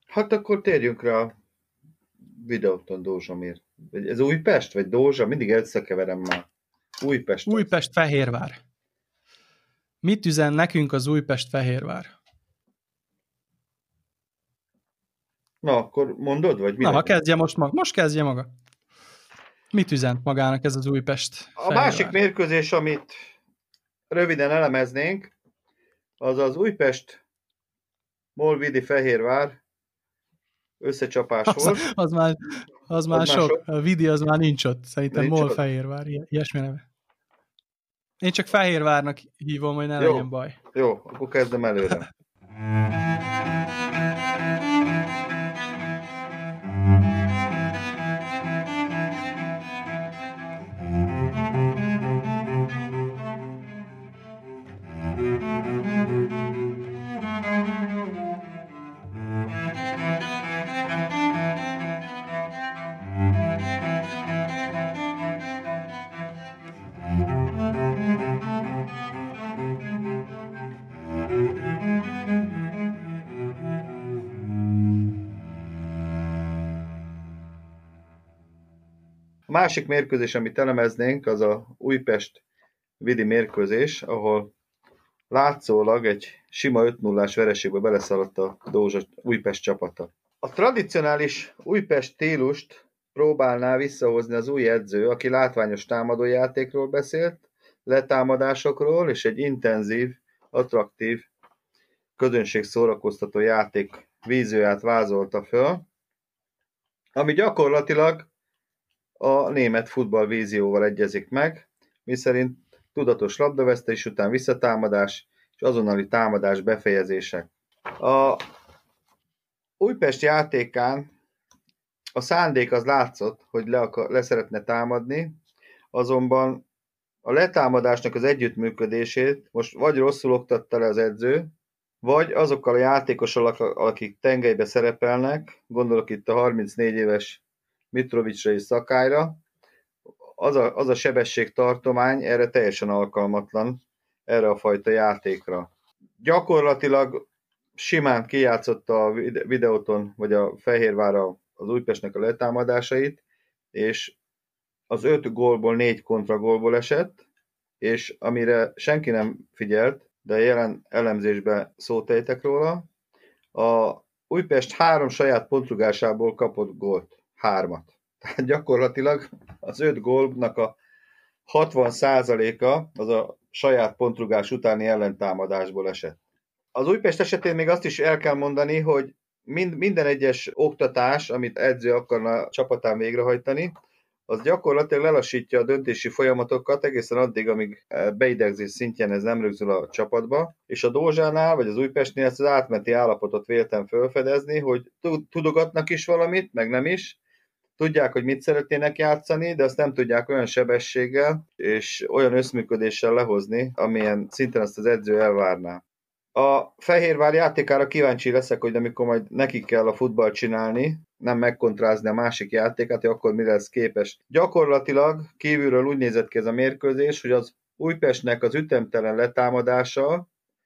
Hát akkor térjünk rá a Videóton Dózsamért. Ez Újpest, vagy Dózsa? Mindig összekeverem már. Újpest az. Újpest-Fehérvár. Mit üzen nekünk az Újpest-Fehérvár? Na, akkor mondod, vagy mi? Na, ha kezdje most kezdje maga. Mit üzent magának ez az Újpest-Fehérvár? A másik mérkőzés, amit röviden elemeznénk, az az Újpest Molvidi Fehérvár összecsapás volt. Az már sok. A Vidi az már nincs ott. Szerintem Nincs MOL ott. Fehérvár. Ilyesmi neve. Én csak Fehérvárnak hívom, hogy ne legyen baj. Jó, akkor kezdem előre. A másik mérkőzés, amit elemeznénk, az a Újpest-Vidi mérkőzés, ahol látszólag egy sima 5-0-ás vereségbe beleszaladt a Dózsa Újpest csapata. A tradicionális Újpest stílust próbálná visszahozni az új edző, aki látványos támadójátékról beszélt, letámadásokról és egy intenzív, attraktív, közönség szórakoztató játék vízióját vázolta föl, ami gyakorlatilag a német futballvízióval egyezik meg, miszerint tudatos labdavesztés után visszatámadás és azonnali támadás befejezések. A Újpest játékán a szándék az látszott, hogy le szeretne támadni, azonban a letámadásnak az együttműködését most vagy rosszul oktatta le az edző, vagy azokkal a játékosokkal, akik tengelybe szerepelnek, gondolok itt a 34 éves Mitrovicsra és Szakályra, az a sebességtartomány erre teljesen alkalmatlan, erre a fajta játékra. Gyakorlatilag simán kijátszotta a Videóton, vagy a Fehérvár az Újpestnek a letámadásait, és az 5 gólból 4 kontragólból esett, és amire senki nem figyelt, de jelen elemzésben szót ejtek róla, a Újpest 3 saját pontrugásából kapott gólt. 3. Tehát gyakorlatilag az 5 gólnak a 60%-a az a saját pontrugás utáni ellentámadásból esett. Az Újpest esetén még azt is el kell mondani, hogy minden egyes oktatás, amit edző akarna a csapatán végrehajtani, az gyakorlatilag lelassítja a döntési folyamatokat egészen addig, amíg beidegzés szintjén ez nem rögzül a csapatba, és a Dózsánál, vagy az Újpestnél ezt az átmeneti állapotot véltem felfedezni, hogy tudogatnak is valamit, meg nem is, tudják, hogy mit szeretnének játszani, de azt nem tudják olyan sebességgel és olyan összműködéssel lehozni, amilyen szinten azt az edző elvárná. A Fehérvár játékára kíváncsi leszek, hogy amikor majd nekik kell a futballt csinálni, nem megkontrázni a másik játékát, hogy akkor mi lesz képes. Gyakorlatilag kívülről úgy nézett ki ez a mérkőzés, hogy az Újpestnek az ütemtelen letámadása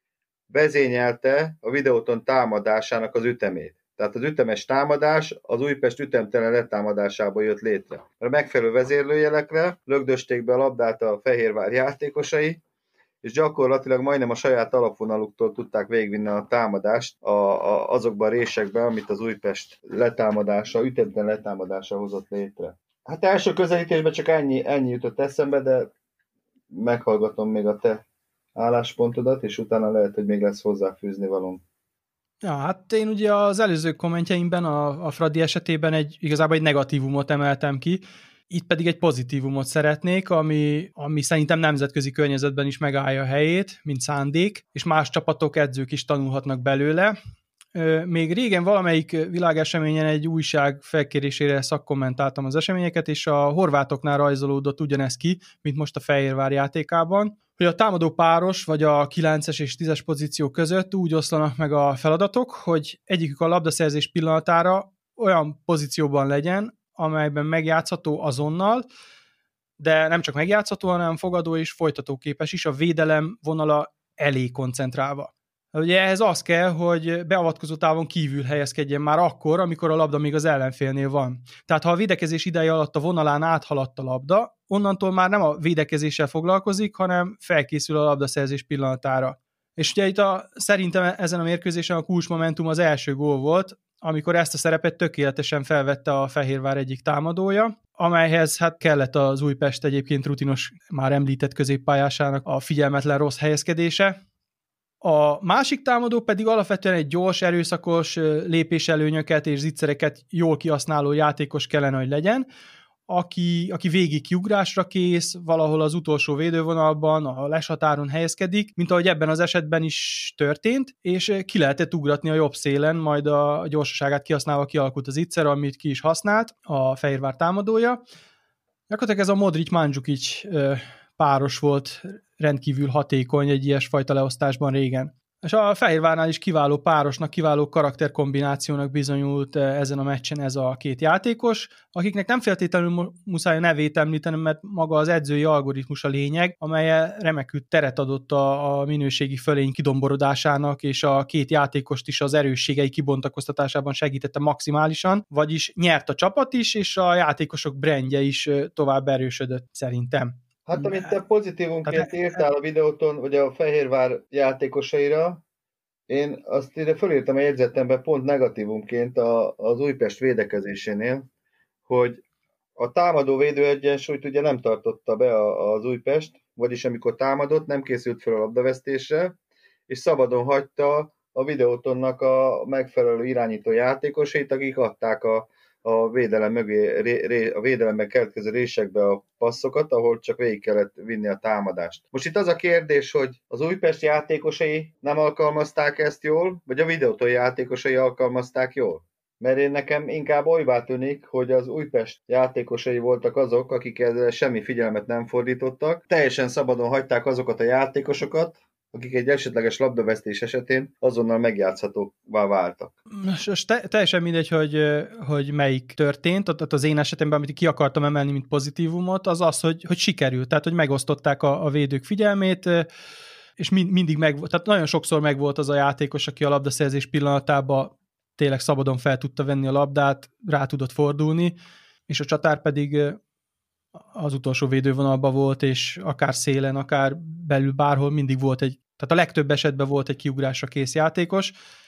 vezényelte a Videóton támadásának az ütemét. Tehát az ütemes támadás az Újpest ütemtelen letámadásából jött létre. A megfelelő vezérlőjelekre lögdösték be a labdát a Fehérvár játékosai, és gyakorlatilag majdnem a saját alapvonaluktól tudták végigvinni a támadást azokban a résekben, amit az Újpest letámadása, ütemtelen letámadása hozott létre. Hát első közelítésben csak ennyi jutott eszembe, de meghallgatom még a te álláspontodat, és utána lehet, hogy még lesz hozzáfűzni valóm. Ja, hát én ugye az előző kommentjeimben a Fradi esetében igazából egy negatívumot emeltem ki, itt pedig egy pozitívumot szeretnék, ami szerintem nemzetközi környezetben is megállja a helyét, mint szándék, és más csapatok, edzők is tanulhatnak belőle. Még régen valamelyik világeseményen egy újság felkérésére szakkommentáltam az eseményeket, és a horvátoknál rajzolódott ugyanez ki, mint most a Fehérvár játékában, hogy a támadó páros, vagy a 9-es és 10-es pozíció között úgy oszlanak meg a feladatok, hogy egyikük a labdaszerzés pillanatára olyan pozícióban legyen, amelyben megjátszható azonnal, de nem csak megjátszható, hanem fogadó és folytatóképes is, a védelem vonala elé koncentrálva. Ugye ehhez az kell, hogy beavatkozó távon kívül helyezkedjen már akkor, amikor a labda még az ellenfélnél van. Tehát ha a védekezés ideje alatt a vonalán áthaladt a labda, onnantól már nem a védekezéssel foglalkozik, hanem felkészül a labdaszerzés pillanatára. És ugye itt szerintem ezen a mérkőzésen a kulcsmomentum az első gól volt, amikor ezt a szerepet tökéletesen felvette a Fehérvár egyik támadója, amelyhez hát kellett az Újpest egyébként rutinos, már említett középpályásának a figyelmetlen rossz helyezkedése. A másik támadó pedig alapvetően egy gyors, erőszakos lépéselőnyöket és zicsereket jól kihasználó játékos kellene, hogy legyen, aki végig kiugrásra kész, valahol az utolsó védővonalban, a leshatáron helyezkedik, mint ahogy ebben az esetben is történt, és ki lehetett ugratni a jobb szélen, majd a gyorsaságát kihasználva kialakult az zicser, amit ki is használt a Fehérvár támadója. Gyakorlatilag ez a Modric-Mandzukic páros volt rendkívül hatékony egy ilyesfajta leosztásban régen. És a Fehérvárnál is kiváló párosnak, kiváló karakterkombinációnak bizonyult ezen a meccsen ez a két játékos, akiknek nem feltétlenül muszáj a nevét említeni, mert maga az edzői algoritmus a lényeg, amely remekül teret adott a minőségi fölény kidomborodásának, és a két játékost is az erősségei kibontakoztatásában segítette maximálisan, vagyis nyert a csapat is, és a játékosok brandje is tovább erősödött szerintem. Hát amit te pozitívumként írtál a videóton, vagy a Fehérvár játékosaira, én azt ide fölírtam a jegyzetembe pont negatívumként az Újpest védekezésénél, hogy a támadó védő egyensúlyt ugye nem tartotta be az Újpest, vagyis amikor támadott, nem készült fel a labdavesztésre, és szabadon hagyta a videótonnak a megfelelő irányító játékosait, akik adták a védelem mögé, a védelemben keletkező résekbe a passzokat, ahol csak végig kellett vinni a támadást. Most itt az a kérdés, hogy az Újpest játékosai nem alkalmazták ezt jól, vagy a videóton játékosai alkalmazták jól? Mert én nekem inkább olybá tűnik, hogy az Újpest játékosai voltak azok, akik ezzel semmi figyelmet nem fordítottak. Teljesen szabadon hagyták azokat a játékosokat, akik egy esetleges labdavesztés esetén azonnal megjátszhatóvá váltak. Teljesen mindegy, hogy melyik történt. Tehát az én esetemben, amit ki akartam emelni, mint pozitívumot, az az, hogy sikerült. Tehát, hogy megosztották a védők figyelmét, és mindig tehát nagyon sokszor megvolt az a játékos, aki a labdaszerzés pillanatában tényleg szabadon fel tudta venni a labdát, rá tudott fordulni, és a csatár pedig az utolsó védővonalban volt, és akár szélen, akár belül bárhol mindig volt tehát a legtöbb esetben volt egy kiugrásra kész játékos.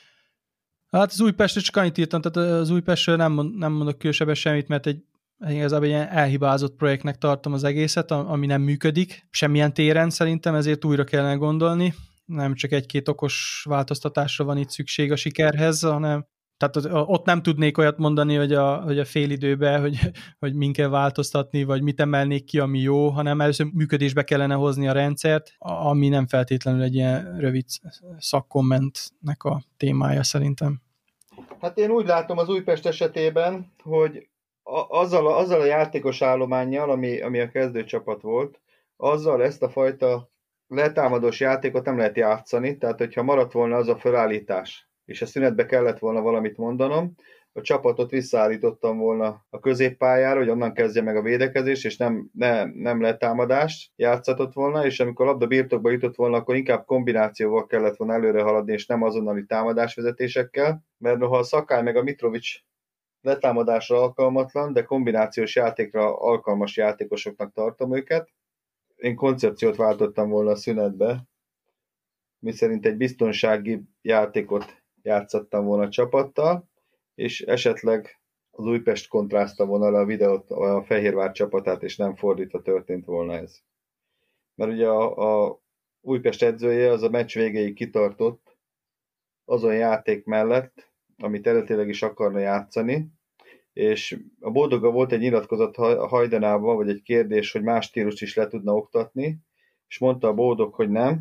Hát az Újpestről csak annyit írtam, tehát az Újpestről nem mondok különösebben semmit, mert igazából egy ilyen elhibázott projektnek tartom az egészet, ami nem működik semmilyen téren szerintem, ezért újra kellene gondolni. Nem csak egy-két okos változtatásra van itt szükség a sikerhez, hanem tehát ott nem tudnék olyat mondani, hogy a félidőben, hogy min kell változtatni, vagy mit emelnék ki, ami jó, hanem először működésbe kellene hozni a rendszert, ami nem feltétlenül egy ilyen rövid szakkommentnek a témája szerintem. Hát én úgy látom az Újpest esetében, hogy azzal a játékos állománnyal, ami a kezdőcsapat volt, azzal ezt a fajta letámadós játékot nem lehet játszani, tehát hogyha maradt volna az a felállítás, és a szünetbe kellett volna valamit mondanom, a csapatot visszaállítottam volna a középpályára, hogy onnan kezdje meg a védekezés, és nem letámadást játszatott volna, és amikor a labda birtokba jutott volna, akkor inkább kombinációval kellett volna előre haladni, és nem azonnali támadásvezetésekkel, mert noha a Szakály meg a Mitrovic letámadásra alkalmatlan, de kombinációs játékra alkalmas játékosoknak tartom őket. Én koncepciót váltottam volna a szünetbe, miszerint egy biztonsági játékot játszottam volna a csapattal, és esetleg az Újpest kontrázta volna le a videót a Fehérvár csapatát, és nem fordítva történt volna ez. Mert ugye a Újpest edzője az a meccs végéig kitartott azon játék mellett, amit eredetileg is akarna játszani, és a Boldoga volt egy nyilatkozat a Hajdanában, vagy egy kérdés, hogy más stílust is le tudna oktatni, és mondta a Boldog, hogy nem,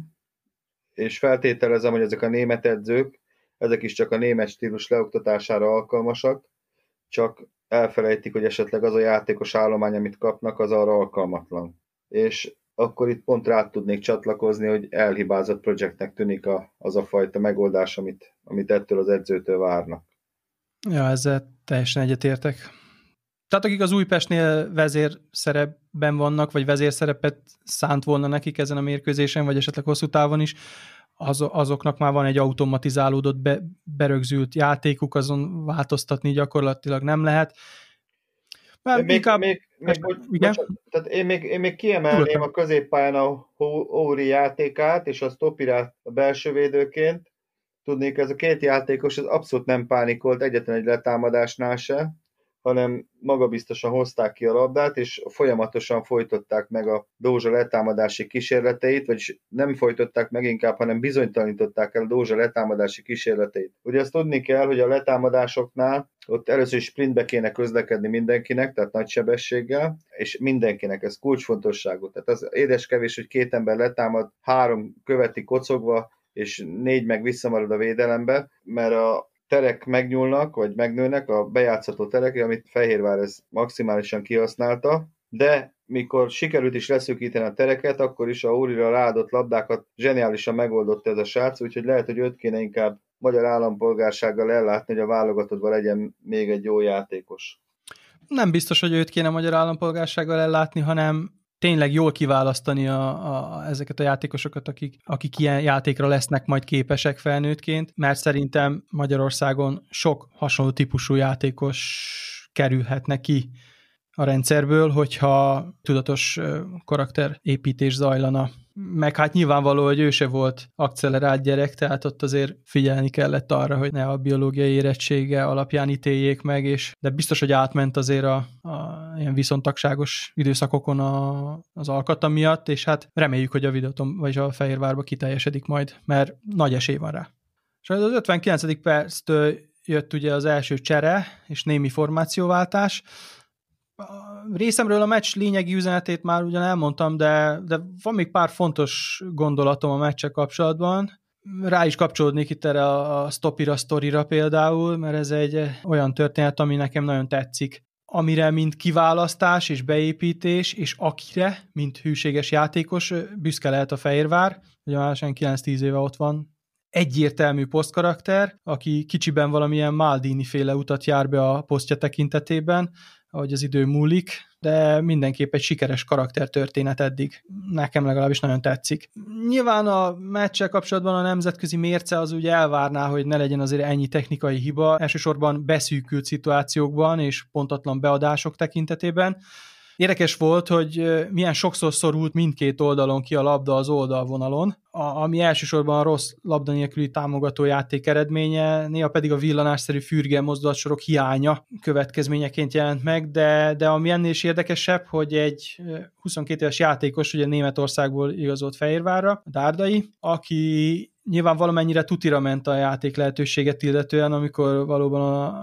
és feltételezem, hogy ezek a német edzők, ezek is csak a német stílus leoktatására alkalmasak, csak elfelejtik, hogy esetleg az a játékos állomány, amit kapnak, az arra alkalmatlan. És akkor itt pont rá tudnék csatlakozni, hogy elhibázott projektnek tűnik az a fajta megoldás, amit ettől az edzőtől várnak. Ja, ezzel teljesen egyetértek. Tehát akik az Újpestnél vezérszerepben vannak, vagy vezérszerepet szánt volna nekik ezen a mérkőzésen, vagy esetleg hosszú távon is, azoknak már van egy automatizálódott, berögzült játékuk, azon változtatni gyakorlatilag nem lehet. Én Mert inkább... Igen? Tehát én még kiemelném Nyugodtan. a középpályán a Óri játékát, és a Stopirát a belső védőként. Tudnék, ez a két játékos ez abszolút nem pánikolt egyetlen egy letámadásnál se, hanem magabiztosan hozták ki a labdát, és folyamatosan folytották meg a Dózsa letámadási kísérleteit, vagyis nem folytották meg inkább, hanem bizonytalanították el a Dózsa letámadási kísérleteit. Ugye azt tudni kell, hogy a letámadásoknál ott először is sprintbe kéne közlekedni mindenkinek, tehát nagy sebességgel, és mindenkinek, ez kulcsfontosságú. Tehát az édeskevés, hogy két ember letámad, 3 követi kocogva, és 4 meg visszamarad a védelembe, mert a terek megnyúlnak, vagy megnőnek, a bejátszható terek, amit Fehérvár ez maximálisan kihasználta, de mikor sikerült is leszűkíteni a tereket, akkor is a Úrira ráadott labdákat zseniálisan megoldott ez a srác, úgyhogy lehet, hogy őt kéne inkább magyar állampolgársággal ellátni, hogy a válogatottban legyen még egy jó játékos. Nem biztos, hogy őt kéne magyar állampolgársággal ellátni, hanem tényleg jól kiválasztani ezeket a játékosokat, akik ilyen játékra lesznek majd képesek felnőttként, mert szerintem Magyarországon sok hasonló típusú játékos kerülhetne ki a rendszerből, hogyha tudatos karakterépítés zajlana. Meg hát nyilvánvaló, hogy ő se volt akcelerált gyerek, tehát ott azért figyelni kellett arra, hogy ne a biológiai érettsége alapján ítéljék meg, de biztos, hogy átment azért a ilyen viszontagságos időszakokon az alkata miatt, és hát reméljük, hogy a Videoton vagy a Fehérvárba kiteljesedik majd, mert nagy esély van rá. És az 59. perctől jött ugye az első csere és némi formációváltás. Részemről a meccs lényegi üzenetét már ugyan elmondtam, de van még pár fontos gondolatom a meccsel kapcsolatban. Rá is kapcsolódnék itt erre a Stopira sztorira például, mert ez egy olyan történet, ami nekem nagyon tetszik. Amire mint kiválasztás és beépítés, és akire, mint hűséges játékos, büszke lehet a Fehérvár, ugye már 9-10 éve ott van. Egyértelmű posztkarakter, aki kicsiben valamilyen Maldini-féle utat jár be a posztja tekintetében, ahogy az idő múlik, de mindenképp egy sikeres karaktertörténet eddig. Nekem legalábbis nagyon tetszik. Nyilván a meccsel kapcsolatban a nemzetközi mérce az ugye elvárná, hogy ne legyen azért ennyi technikai hiba, elsősorban beszűkült szituációkban és pontatlan beadások tekintetében. Érdekes volt, hogy milyen sokszor szorult mindkét oldalon ki a labda az oldalvonalon, ami elsősorban a rossz labda nélküli támogató játék eredménye, néha pedig a villanásszerű fürge mozdulatsorok hiánya következményeként jelent meg, de ami ennél is érdekesebb, hogy egy 22 éves játékos, ugye Németországból igazolt Fehérvárra, a Dárdai, aki nyilván valamennyire tutira ment a játék lehetőséget illetően, amikor valóban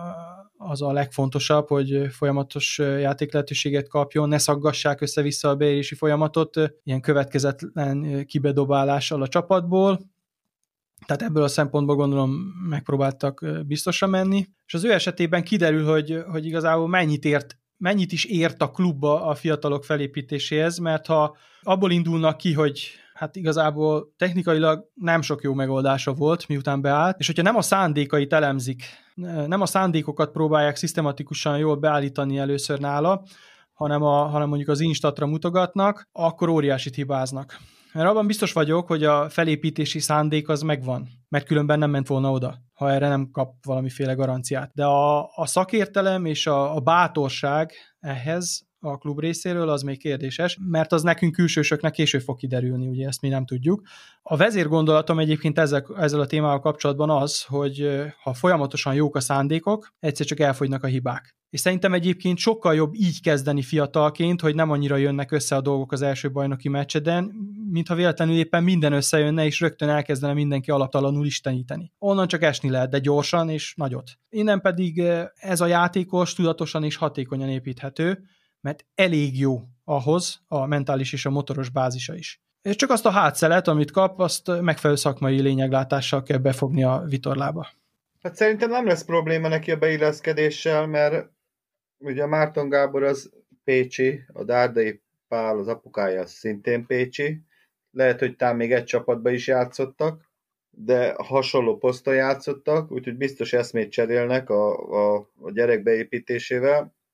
az a legfontosabb, hogy folyamatos játéklehetőséget kapjon, ne szaggassák össze-vissza a beérési folyamatot, ilyen következetlen kibedobálással a csapatból. Tehát ebből a szempontból gondolom megpróbáltak biztosra menni. És az ő esetében kiderül, hogy igazából mennyit is ért a klubba a fiatalok felépítéséhez, mert ha abból indulnak ki, hogy hát igazából technikailag nem sok jó megoldása volt, miután beállt, és hogyha nem a szándékait elemzik, nem a szándékokat próbálják szisztematikusan jól beállítani először nála, hanem mondjuk az instatra mutogatnak, akkor óriásit hibáznak. Mert abban biztos vagyok, hogy a felépítési szándék az megvan, mert különben nem ment volna oda, ha erre nem kap valamiféle garanciát. De a szakértelem és a bátorság ehhez a klub részéről, az még kérdéses, mert az nekünk külsősöknek később fog kiderülni, ugye ezt mi nem tudjuk. A vezérgondolatom egyébként ezzel a témával kapcsolatban az, hogy ha folyamatosan jók a szándékok, egyszer csak elfogynak a hibák. És szerintem egyébként sokkal jobb így kezdeni fiatalként, hogy nem annyira jönnek össze a dolgok az első bajnoki meccseden, mintha véletlenül éppen minden összejönne, és rögtön elkezdene mindenki alaptalanul isteníteni. Onnan csak esni lehet, de gyorsan és nagyot. Innen pedig ez a játékos tudatosan és hatékonyan építhető, mert elég jó ahhoz a mentális és a motoros bázisa is. És csak azt a hátszelet, amit kap, azt megfelelő szakmai lényeglátással kell befogni a vitorlába. Hát szerintem nem lesz probléma neki a beilleszkedéssel, mert ugye a Márton Gábor az pécsi, a Dárdai Pál az apukája az szintén pécsi, lehet, hogy talán még egy csapatban is játszottak, de hasonló poszton játszottak, úgyhogy biztos eszmét cserélnek a gyerek beépítésével.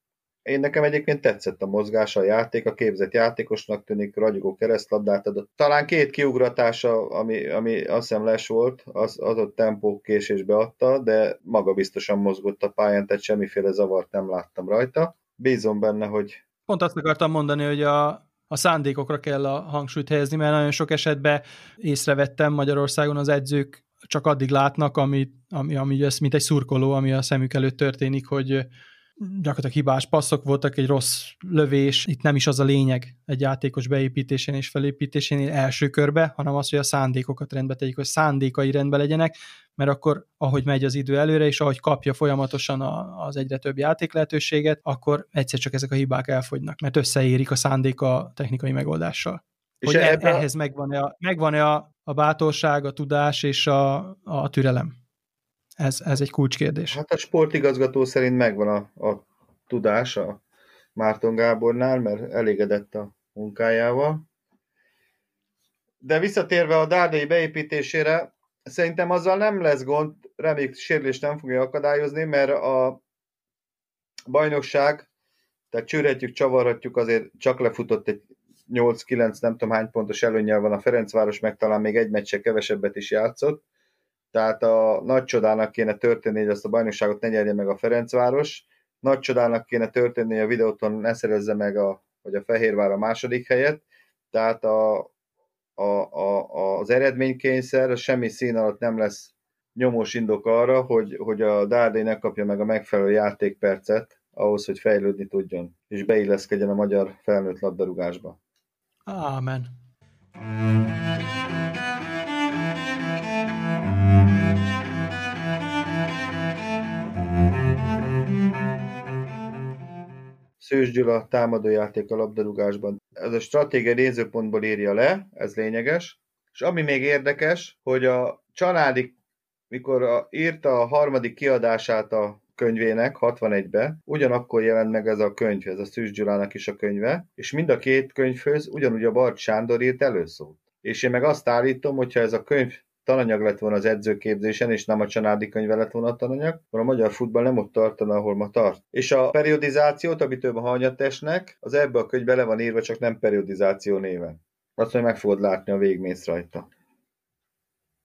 Én nekem egyébként tetszett a mozgása, a játék, a képzett játékosnak tűnik, ragyogó keresztlabdát adott. Talán 2 kiugratása, ami azt hiszem les volt, az adott tempó késésbe adta, de magabiztosan mozgott a pályán, tehát semmiféle zavart nem láttam rajta. Bízom benne, hogy... Pont azt akartam mondani, hogy a szándékokra kell a hangsúlyt helyezni, mert nagyon sok esetben észrevettem Magyarországon az edzők csak addig látnak, ami ez, mint egy szurkoló, ami a szemük előtt történik, hogy gyakorlatilag hibás passzok voltak, egy rossz lövés, itt nem is az a lényeg egy játékos beépítésén és felépítésénél első körbe, hanem az, hogy a szándékokat rendbe tegyük, hogy szándékai rendben legyenek, mert akkor, ahogy megy az idő előre, és ahogy kapja folyamatosan az egyre több játék lehetőséget, akkor egyszer csak ezek a hibák elfogynak, mert összeérik a szándék a technikai megoldással. És hogy ehhez megvan-e a bátorság, a tudás és a türelem? Ez egy kulcskérdés. Hát a sportigazgató szerint megvan a tudás a Márton Gábornál, mert elégedett a munkájával. De visszatérve a Dárdai beépítésére, szerintem azzal nem lesz gond, reméljük sérülést nem fogja akadályozni, mert a bajnokság, tehát csűrhetjük, csavarhatjuk, azért csak lefutott egy 8-9, nem tudom hány pontos előnnyel van a Ferencváros, meg talán még egy meccse kevesebbet is játszott. Tehát a nagy csodának kéne történni, hogy ezt a bajnokságot ne nyerje meg a Ferencváros. Nagy csodának kéne történni, hogy a Videóton ne szerezze meg hogy a Fehérvár a második helyet. Tehát az eredménykényszer semmi szín alatt nem lesz nyomós indok arra, hogy a Dárdai ne kapja meg a megfelelő játékpercet ahhoz, hogy fejlődni tudjon, és beilleszkedjen a magyar felnőtt labdarúgásba. Ámen. Szőcs Gyula támadójáték a labdarúgásban. Ez a stratégiai nézőpontból írja le, ez lényeges. És ami még érdekes, hogy a Csanádi, mikor írta a harmadik kiadását a könyvének, 61-be, ugyanakkor jelent meg ez a könyv, ez a Szűcs Gyulának is a könyve, és mind a két könyvhöz ugyanúgy a Barcs Sándor írt előszót. És én meg azt állítom, hogyha ez a könyv tananyag lett volna az edzőképzésen, és nem a Csanádi könyve lett volna a tananyag, akkor a magyar futball nem ott tartana, ahol ma tart. És a periodizációt, amit több a hanyatesnek, az ebbe a könyvbe le van írva, csak nem periodizáció néven. Azt mondja, meg fogod látni, a végmész rajta.